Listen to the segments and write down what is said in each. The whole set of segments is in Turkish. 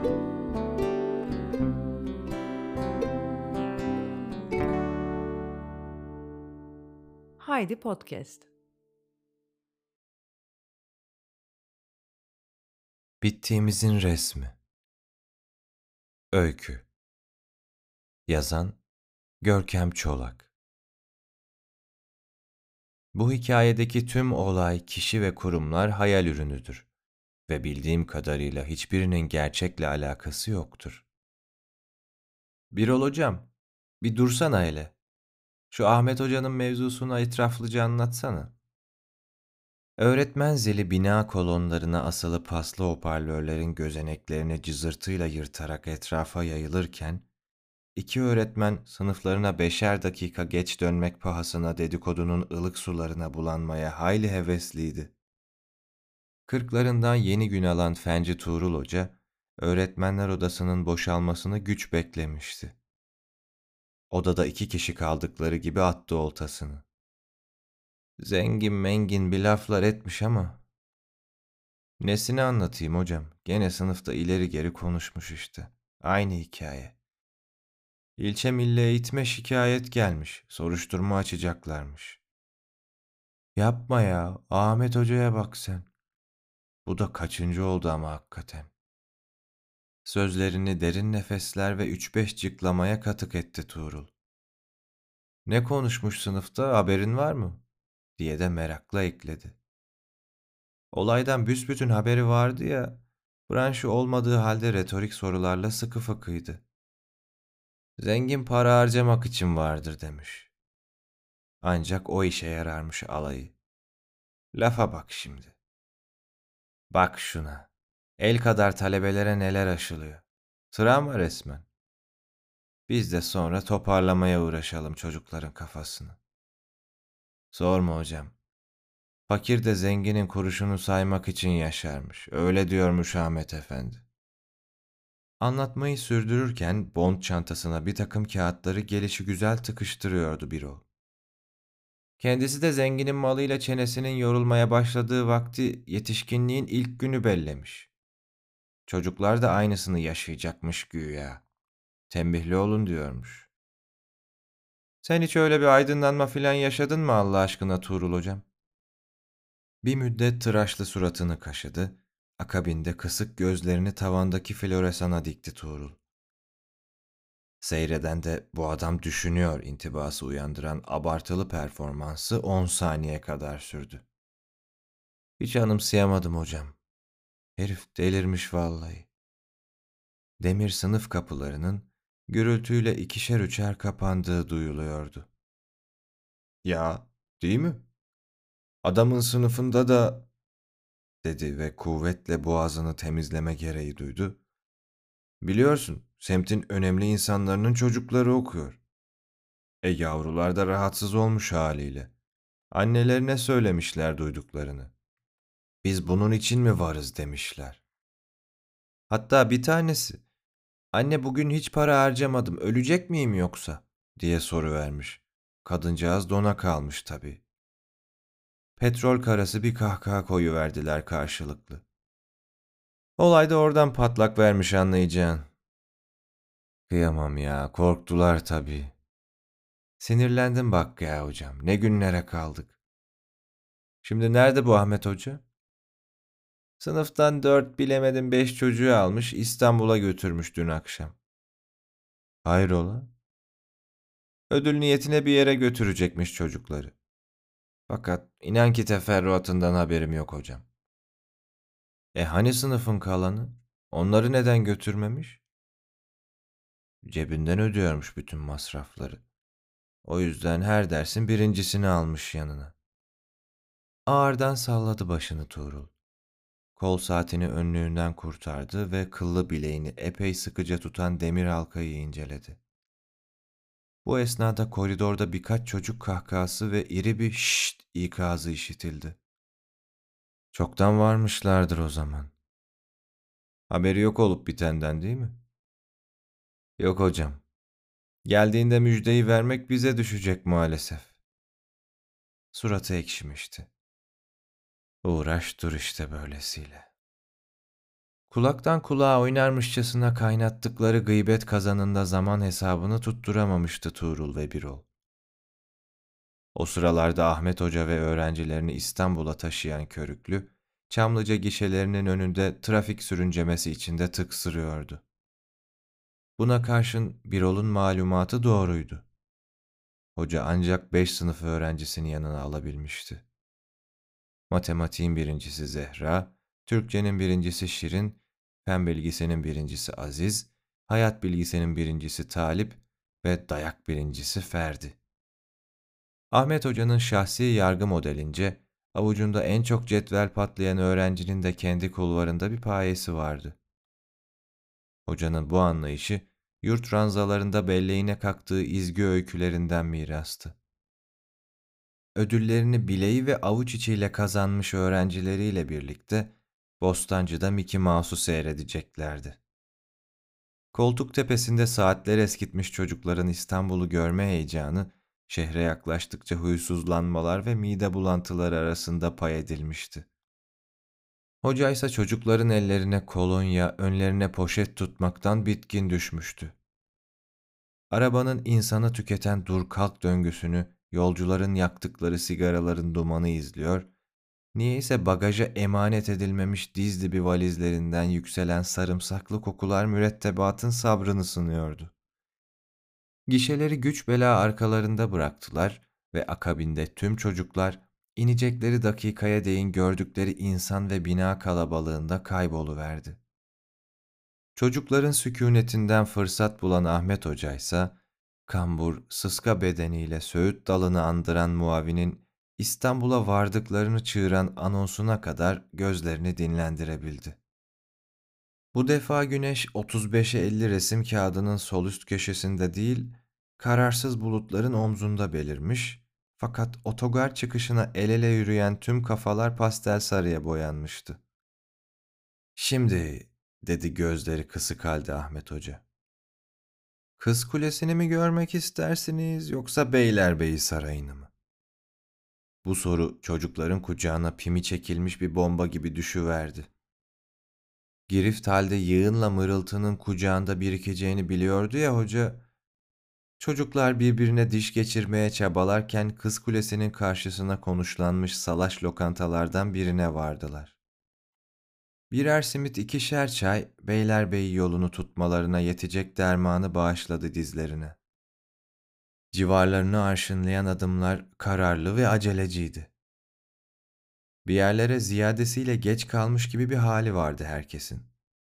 Haydi Podcast. Bittiğimizin resmi. Öykü. Yazan Görkem Çolak. Bu hikayedeki tüm olay, kişi ve kurumlar hayal ürünüdür ve bildiğim kadarıyla hiçbirinin gerçekle alakası yoktur. Birol hocam, bir dursana hele. Şu Ahmet hocanın mevzusunu etraflıca anlatsana. Öğretmen zili bina kolonlarına asılı paslı hoparlörlerin gözeneklerini cızırtıyla yırtarak etrafa yayılırken, İki öğretmen sınıflarına 5'er dakika geç dönmek pahasına dedikodunun ılık sularına bulanmaya hayli hevesliydi. Kırklarından yeni gün alan Fenci Tuğrul Hoca, öğretmenler odasının boşalmasını güç beklemişti. Odada 2 kişi kaldıkları gibi attı oltasını. Zengin mengin bir laflar etmiş ama... Nesini anlatayım hocam, gene sınıfta ileri geri konuşmuş işte. Aynı hikaye. İlçe Milli Eğitim'e şikayet gelmiş, soruşturma açacaklarmış. Yapma ya, Ahmet Hoca'ya bak sen. Bu da kaçıncı oldu ama hakikaten. Sözlerini derin nefesler ve 3-5 cıklamaya katık etti Tuğrul. Ne konuşmuş sınıfta, haberin var mı? Diye de merakla ekledi. Olaydan büsbütün haberi vardı ya, branşı olmadığı halde retorik sorularla sıkı fıkıydı. Zengin para harcamak için vardır demiş. Ancak o işe yararmış alayı. Lafa bak şimdi. Bak şuna. El kadar talebelere neler aşılıyor. Travma resmen. Biz de sonra toparlamaya uğraşalım çocukların kafasını. Sorma hocam. Fakir de zenginin kuruşunu saymak için yaşarmış. Öyle diyormuş Ahmet Efendi. Anlatmayı sürdürürken bond çantasına bir takım kağıtları gelişigüzel tıkıştırıyordu Birol. Kendisi de zenginin malıyla çenesinin yorulmaya başladığı vakti yetişkinliğin ilk günü bellemiş. Çocuklar da aynısını yaşayacakmış güya. Tembihli olun diyormuş. Sen hiç öyle bir aydınlanma filan yaşadın mı Allah aşkına Tuğrul hocam? Bir müddet tıraşlı suratını kaşıdı, akabinde kısık gözlerini tavandaki floresana dikti Tuğrul. Seyreden de bu adam düşünüyor intibası uyandıran abartılı performansı 10 saniye kadar sürdü. Hiç anımsayamadım hocam. Herif delirmiş vallahi. Demir sınıf kapılarının gürültüyle ikişer üçer kapandığı duyuluyordu. Ya, değil mi? Adamın sınıfında da dedi ve kuvvetle boğazını temizleme gereği duydu. Biliyorsun, semtin önemli insanlarının çocukları okuyor. Yavrular da rahatsız olmuş haliyle. Annelerine söylemişler duyduklarını. Biz bunun için mi varız demişler. Hatta bir tanesi, anne bugün hiç para harcamadım, ölecek miyim yoksa? Diye soruvermiş. Kadıncağız dona kalmış tabii. Petrol karası bir kahkaha koyuverdiler karşılıklı. Olay da oradan patlak vermiş anlayacağın. Kıyamam ya, korktular tabii. Sinirlendim bak ya hocam, ne günlere kaldık. Şimdi nerede bu Ahmet Hoca? Sınıftan 4 bilemedim 5 çocuğu almış İstanbul'a götürmüş dün akşam. Hayrola? Ödül niyetine bir yere götürecekmiş çocukları. Fakat inan ki teferruatından haberim yok hocam. Hani sınıfın kalanı? Onları neden götürmemiş? Cebinden ödüyormuş bütün masrafları. O yüzden her dersin birincisini almış yanına. Ağırdan salladı başını Tuğrul. Kol saatini önlüğünden kurtardı ve kıllı bileğini epey sıkıca tutan demir halkayı inceledi. Bu esnada koridorda birkaç çocuk kahkahası ve iri bir şşt ikazı işitildi. Çoktan varmışlardır o zaman. Haberi yok olup bitenden değil mi? Yok hocam. Geldiğinde müjdeyi vermek bize düşecek maalesef. Suratı ekşimişti. Uğraş dur işte böylesiyle. Kulaktan kulağa oynarmışçasına kaynattıkları gıybet kazanında zaman hesabını tutturamamıştı Tuğrul ve Birol. O sıralarda Ahmet Hoca ve öğrencilerini İstanbul'a taşıyan Körüklü, Çamlıca gişelerinin önünde trafik sürüncemesi içinde tıksırıyordu. Buna karşın Birol'un malumatı doğruydu. Hoca ancak 5 sınıf öğrencisini yanına alabilmişti. Matematiğin birincisi Zehra, Türkçenin birincisi Şirin, fen bilgisinin birincisi Aziz, hayat bilgisinin birincisi Talip ve dayak birincisi Ferdi. Ahmet Hoca'nın şahsi yargı modelince avucunda en çok cetvel patlayan öğrencinin de kendi kulvarında bir payesi vardı. Hocanın bu anlayışı yurt ranzalarında belleğine kaktığı izgi öykülerinden mirastı. Ödüllerini bileği ve avuç içiyle kazanmış öğrencileriyle birlikte Bostancı'da Mickey Mouse'u seyredeceklerdi. Koltuk tepesinde saatler eskitmiş çocukların İstanbul'u görme heyecanı, şehre yaklaştıkça huysuzlanmalar ve mide bulantıları arasında pay edilmişti. Hoca ise çocukların ellerine kolonya, önlerine poşet tutmaktan bitkin düşmüştü. Arabanın insanı tüketen dur kalk döngüsünü, yolcuların yaktıkları sigaraların dumanı izliyor, niyeyse bagaja emanet edilmemiş diz dibi valizlerinden yükselen sarımsaklı kokular mürettebatın sabrını sınıyordu. Gişeleri güç bela arkalarında bıraktılar ve akabinde tüm çocuklar inecekleri dakikaya değin gördükleri insan ve bina kalabalığında kayboluverdi. Çocukların sükûnetinden fırsat bulan Ahmet Hoca ise kambur, sıska bedeniyle Söğüt dalını andıran muavinin İstanbul'a vardıklarını çığıran anonsuna kadar gözlerini dinlendirebildi. Bu defa güneş 35'e 50 resim kağıdının sol üst köşesinde değil, kararsız bulutların omzunda belirmiş, fakat otogar çıkışına el ele yürüyen tüm kafalar pastel sarıya boyanmıştı. "Şimdi," dedi gözleri kısık halde Ahmet Hoca. "Kız Kulesi'ni mi görmek istersiniz yoksa Beylerbeyi Sarayı'nı mı?" Bu soru çocukların kucağına pimi çekilmiş bir bomba gibi düşüverdi. Girift halde yığınla mırıltının kucağında birikeceğini biliyordu ya hoca. Çocuklar birbirine diş geçirmeye çabalarken Kız Kulesi'nin karşısına konuşlanmış salaş lokantalardan birine vardılar. Birer simit, ikişer çay, Beylerbeyi yolunu tutmalarına yetecek dermanı bağışladı dizlerine. Civarlarını arşınlayan adımlar kararlı ve aceleciydi. Bir yerlere ziyadesiyle geç kalmış gibi bir hali vardı herkesin.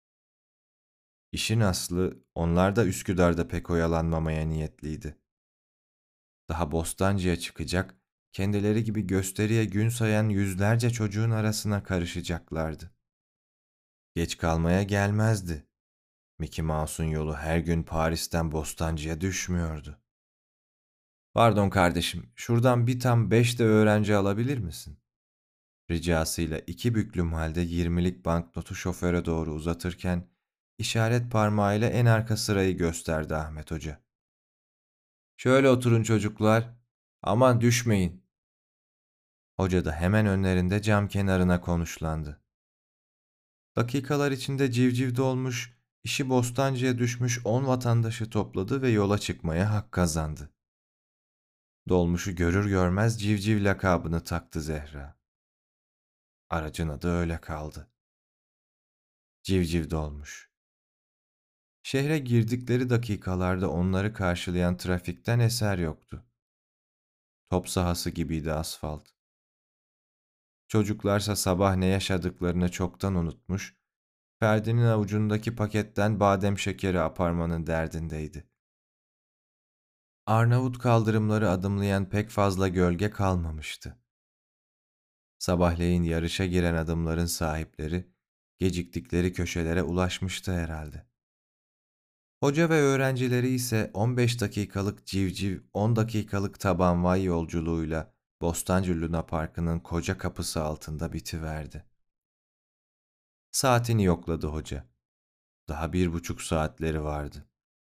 İşin aslı onlar da Üsküdar'da pek oyalanmamaya niyetliydi. Daha Bostancı'ya çıkacak, kendileri gibi gösteriye gün sayan yüzlerce çocuğun arasına karışacaklardı. Geç kalmaya gelmezdi. Mickey Mouse'un yolu her gün Paris'ten Bostancı'ya düşmüyordu. "Pardon kardeşim, şuradan bir tam 5 de öğrenci alabilir misin?" Ricasıyla iki büklüm halde 20'lik banknotu şoföre doğru uzatırken işaret parmağıyla en arka sırayı gösterdi Ahmet Hoca. "Şöyle oturun çocuklar. Aman düşmeyin." Hoca da hemen önlerinde cam kenarına konuşlandı. Dakikalar içinde civciv dolmuş, işi Bostancı'ya düşmüş 10 vatandaşı topladı ve yola çıkmaya hak kazandı. Dolmuşu görür görmez civciv lakabını taktı Zehra. Aracın adı öyle kaldı. Civciv dolmuş. Şehre girdikleri dakikalarda onları karşılayan trafikten eser yoktu. Top sahası gibiydi asfalt. Çocuklarsa sabah ne yaşadıklarını çoktan unutmuş, Ferdi'nin avucundaki paketten badem şekeri aparmanın derdindeydi. Arnavut kaldırımları adımlayan pek fazla gölge kalmamıştı. Sabahleyin yarışa giren adımların sahipleri, geciktikleri köşelere ulaşmıştı herhalde. Hoca ve öğrencileri ise 15 dakikalık civciv, 10 dakikalık tabanvay yolculuğuyla Bostancı Luna Parkı'nın koca kapısı altında bitiverdi. Saatini yokladı hoca. Daha 1,5 saatleri vardı.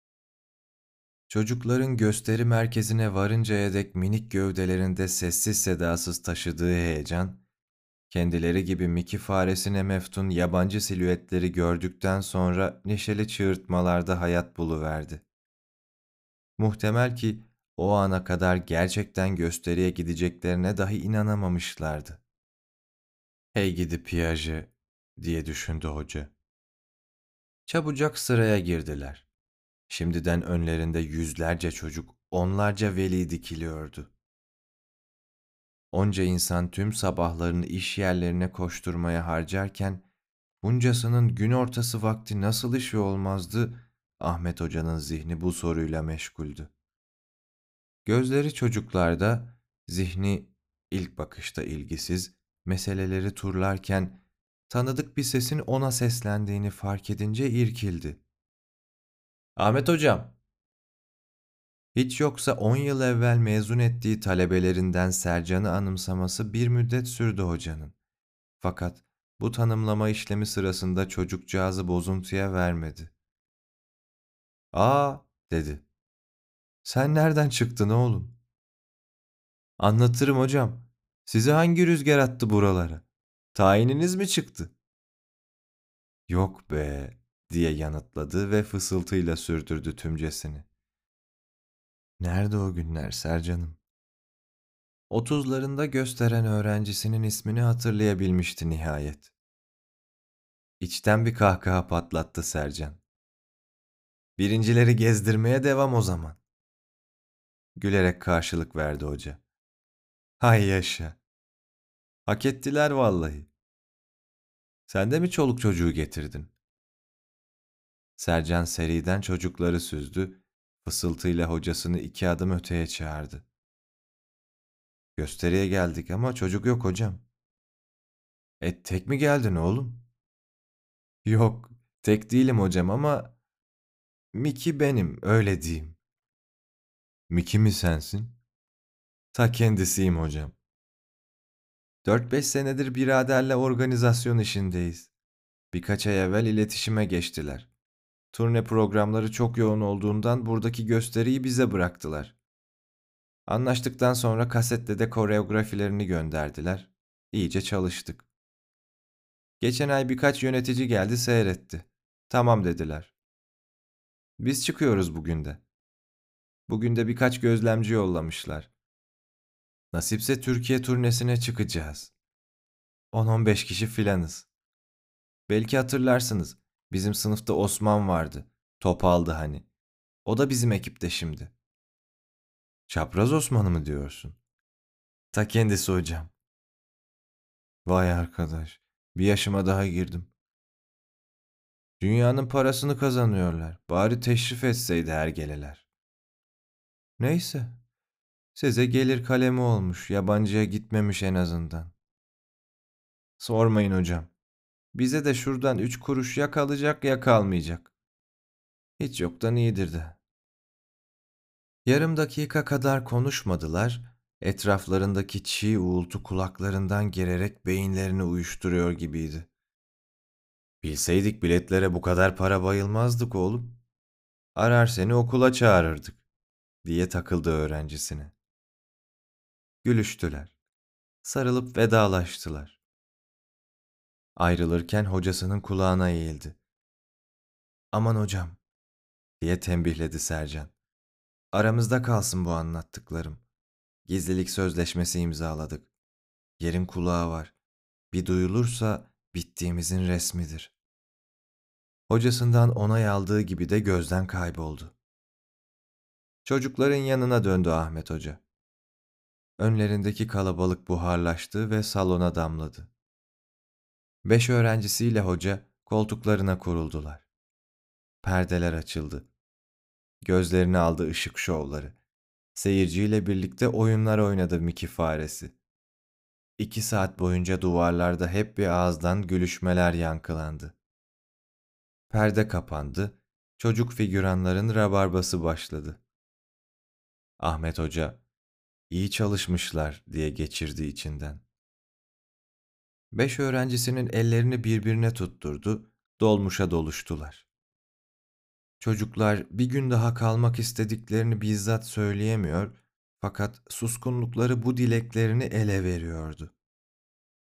Çocukların gösteri merkezine varıncaya dek minik gövdelerinde sessiz sedasız taşıdığı heyecan, Kendileri gibi Mickey faresine meftun yabancı silüetleri gördükten sonra neşeli çığırtmalarda hayat buluverdi. Muhtemel ki o ana kadar gerçekten gösteriye gideceklerine dahi inanamamışlardı. Hey gidi Piaget diye düşündü hoca. Çabucak sıraya girdiler. Şimdiden önlerinde yüzlerce çocuk, onlarca veli dikiliyordu. Onca insan tüm sabahlarını iş yerlerine koşturmaya harcarken, buncasının gün ortası vakti nasıl işi olmazdı, Ahmet Hoca'nın zihni bu soruyla meşguldü. Gözleri çocuklarda, zihni ilk bakışta ilgisiz, meseleleri turlarken, tanıdık bir sesin ona seslendiğini fark edince irkildi. Ahmet Hocam! Hiç yoksa 10 yıl evvel mezun ettiği talebelerinden Sercan'ı anımsaması bir müddet sürdü hocanın. Fakat bu tanımlama işlemi sırasında çocukcağızı bozuntuya vermedi. "Aa," dedi. "Sen nereden çıktın oğlum?" "Anlatırım hocam. Sizi hangi rüzgar attı buralara? Tayininiz mi çıktı?" "Yok be," diye yanıtladı ve fısıltıyla sürdürdü tümcesini. Nerede o günler Sercan'ım? 30'larında gösteren öğrencisinin ismini hatırlayabilmişti nihayet. İçten bir kahkaha patlattı Sercan. "Birincileri gezdirmeye devam o zaman." Gülerek karşılık verdi hoca. "Hay yaşa. Hak ettiler vallahi. Sen de mi çoluk çocuğu getirdin?" Sercan seriden çocukları süzdü, fısıltıyla hocasını 2 adım öteye çağırdı. "Gösteriye geldik ama çocuk yok hocam." Tek mi geldin oğlum?" "Yok, tek değilim hocam ama Miki benim, öyle diyeyim." "Miki mi sensin?" "Ta kendisiyim hocam. 4-5 senedir biraderle organizasyon işindeyiz. Birkaç ay evvel iletişime geçtiler. Turne programları çok yoğun olduğundan buradaki gösteriyi bize bıraktılar. Anlaştıktan sonra kasetle de koreografilerini gönderdiler. İyice çalıştık. Geçen ay birkaç yönetici geldi seyretti. Tamam dediler. Biz çıkıyoruz bugün de. Bugün de birkaç gözlemci yollamışlar. Nasipse Türkiye turnesine çıkacağız. 10-15 kişi filanız. Belki hatırlarsınız. Bizim sınıfta Osman vardı. Top aldı hani. O da bizim ekipte şimdi." "Çapraz Osman'ı mı diyorsun?" "Ta kendisi hocam." "Vay arkadaş. Bir yaşıma daha girdim. Dünyanın parasını kazanıyorlar. Bari teşrif etseydi hergeleler." "Neyse. Size gelir kalemi olmuş. Yabancıya gitmemiş en azından." "Sormayın hocam. Bize de şuradan 3 kuruş ya kalacak ya kalmayacak. Hiç yoktan iyidir de." Yarım dakika kadar konuşmadılar. Etraflarındaki çiğ uğultu kulaklarından gelerek beyinlerini uyuşturuyor gibiydi. "Bilseydik biletlere bu kadar para bayılmazdık oğlum. Arar seni okula çağırırdık," diye takıldı öğrencisine. Gülüştüler. Sarılıp vedalaştılar. Ayrılırken hocasının kulağına eğildi. "Aman hocam," diye tembihledi Sercan. "Aramızda kalsın bu anlattıklarım. Gizlilik sözleşmesi imzaladık. Yerin kulağı var. Bir duyulursa bittiğimizin resmidir." Hocasından onay aldığı gibi de gözden kayboldu. Çocukların yanına döndü Ahmet Hoca. Önlerindeki kalabalık buharlaştı ve salona damladı. 5 öğrencisiyle hoca koltuklarına kuruldular. Perdeler açıldı. Gözlerini aldı ışık şovları. Seyirciyle birlikte oyunlar oynadı Mickey faresi. 2 saat boyunca duvarlarda hep bir ağızdan gülüşmeler yankılandı. Perde kapandı, çocuk figüranların rabarbası başladı. Ahmet Hoca, "İyi çalışmışlar," diye geçirdi içinden. 5 öğrencisinin ellerini birbirine tutturdu, dolmuşa doluştular. Çocuklar bir gün daha kalmak istediklerini bizzat söyleyemiyor, fakat suskunlukları bu dileklerini ele veriyordu.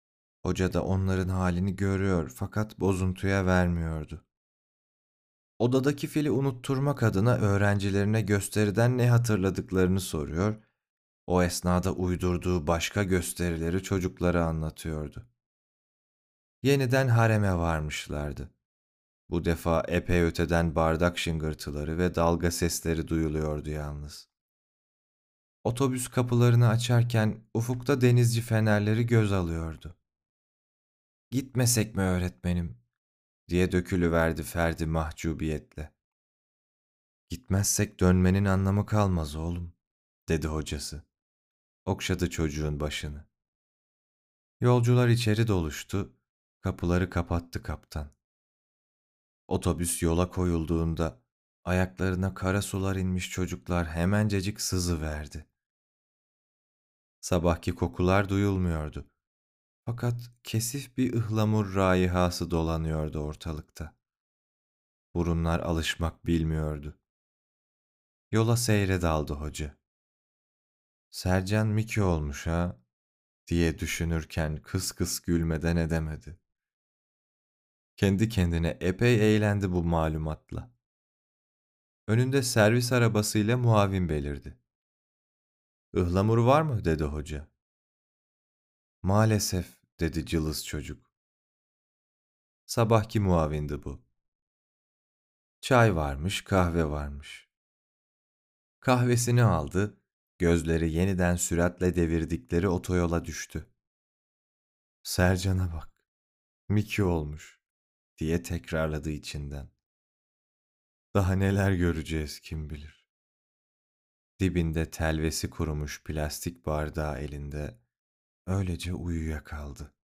Hoca da onların halini görüyor fakat bozuntuya vermiyordu. Odadaki fili unutturmak adına öğrencilerine gösteriden ne hatırladıklarını soruyor, o esnada uydurduğu başka gösterileri çocuklara anlatıyordu. Yeniden hareme varmışlardı. Bu defa epey öteden bardak şıngırtıları ve dalga sesleri duyuluyordu yalnız. Otobüs kapılarını açarken ufukta denizci fenerleri göz alıyordu. "Gitmesek mi öğretmenim?" diye dökülüverdi Ferdi mahcubiyetle. "Gitmezsek dönmenin anlamı kalmaz oğlum," dedi hocası. Okşadı çocuğun başını. Yolcular içeri doluştu, kapıları kapattı kaptan. Otobüs yola koyulduğunda ayaklarına kara sular inmiş çocuklar hemencecik sızıverdi. Sabahki kokular duyulmuyordu. Fakat kesif bir ıhlamur raihası dolanıyordu ortalıkta. Burunlar alışmak bilmiyordu. Yola seyre daldı hoca. "Sercan Miki olmuş ha?" diye düşünürken kıs kıs gülmeden edemedi. Kendi kendine epey eğlendi bu malumatla. Önünde servis arabasıyla muavin belirdi. "Ihlamur var mı?" dedi hoca. "Maalesef," dedi cılız çocuk. Sabahki muavindi bu. Çay varmış, kahve varmış. Kahvesini aldı, gözleri yeniden süratle devirdikleri otoyola düştü. "Sercan'a bak, Miki olmuş," diye tekrarladı içinden. "Daha neler göreceğiz kim bilir." Dibinde telvesi kurumuş plastik bardağı elinde öylece uyuyakaldı.